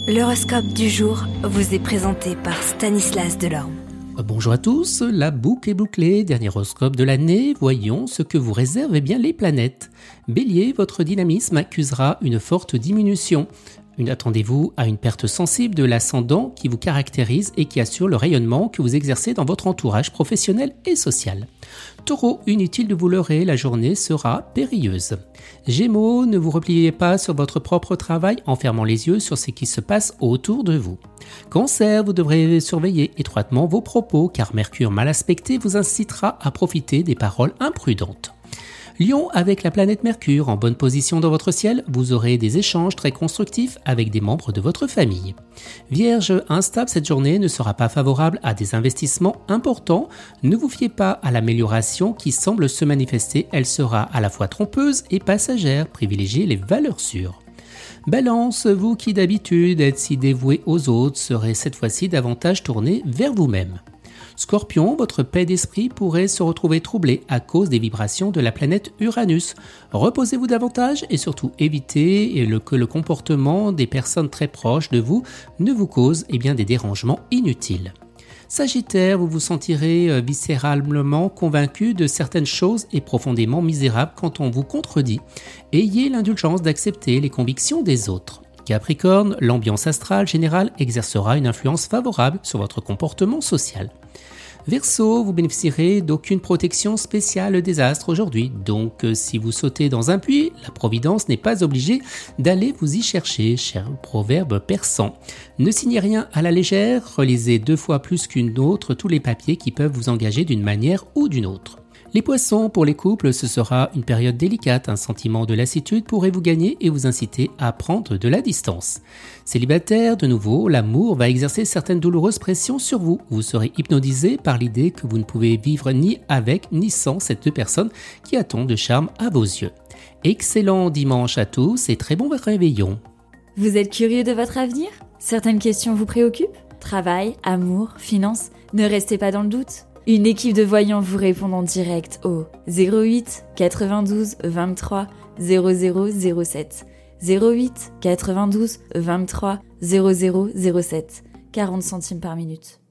L'horoscope du jour vous est présenté par Stanislas Delorme. Bonjour à tous, la boucle est bouclée, dernier horoscope de l'année, voyons ce que vous réservent les planètes. Bélier, votre dynamisme accusera une forte diminution. Attendez-vous à une perte sensible de l'ascendant qui vous caractérise et qui assure le rayonnement que vous exercez dans votre entourage professionnel et social. Taureau, inutile de vous leurrer, la journée sera périlleuse. Gémeaux, ne vous repliez pas sur votre propre travail en fermant les yeux sur ce qui se passe autour de vous. Cancer, vous devrez surveiller étroitement vos propos car Mercure mal aspecté vous incitera à profiter des paroles imprudentes. Lion, avec la planète Mercure en bonne position dans votre ciel, vous aurez des échanges très constructifs avec des membres de votre famille. Vierge, instable, cette journée ne sera pas favorable à des investissements importants. Ne vous fiez pas à l'amélioration qui semble se manifester, elle sera à la fois trompeuse et passagère, privilégiez les valeurs sûres. Balance, vous qui d'habitude êtes si dévoué aux autres, serez cette fois-ci davantage tourné vers vous-même. Scorpion, votre paix d'esprit pourrait se retrouver troublée à cause des vibrations de la planète Uranus. Reposez-vous davantage et surtout évitez que le comportement des personnes très proches de vous ne vous cause des dérangements inutiles. Sagittaire, vous vous sentirez viscéralement convaincu de certaines choses et profondément misérable quand on vous contredit. Ayez l'indulgence d'accepter les convictions des autres. Capricorne, l'ambiance astrale générale exercera une influence favorable sur votre comportement social. Verseau, vous bénéficierez d'aucune protection spéciale des astres aujourd'hui, donc si vous sautez dans un puits, la providence n'est pas obligée d'aller vous y chercher, cher proverbe persan. Ne signez rien à la légère, relisez 2 fois plus qu'une autre tous les papiers qui peuvent vous engager d'une manière ou d'une autre. Les poissons, pour les couples, ce sera une période délicate, un sentiment de lassitude pourrait vous gagner et vous inciter à prendre de la distance. Célibataire, de nouveau, l'amour va exercer certaines douloureuses pressions sur vous. Vous serez hypnotisé par l'idée que vous ne pouvez vivre ni avec ni sans cette personne qui a tant de charme à vos yeux. Excellent dimanche à tous et très bon réveillon. Vous êtes curieux de votre avenir ? Certaines questions vous préoccupent ? Travail, amour, finances ? Ne restez pas dans le doute. Une équipe de voyants vous répond en direct au 08 92 23 0007. 08 92 23 0007. 40 centimes par minute.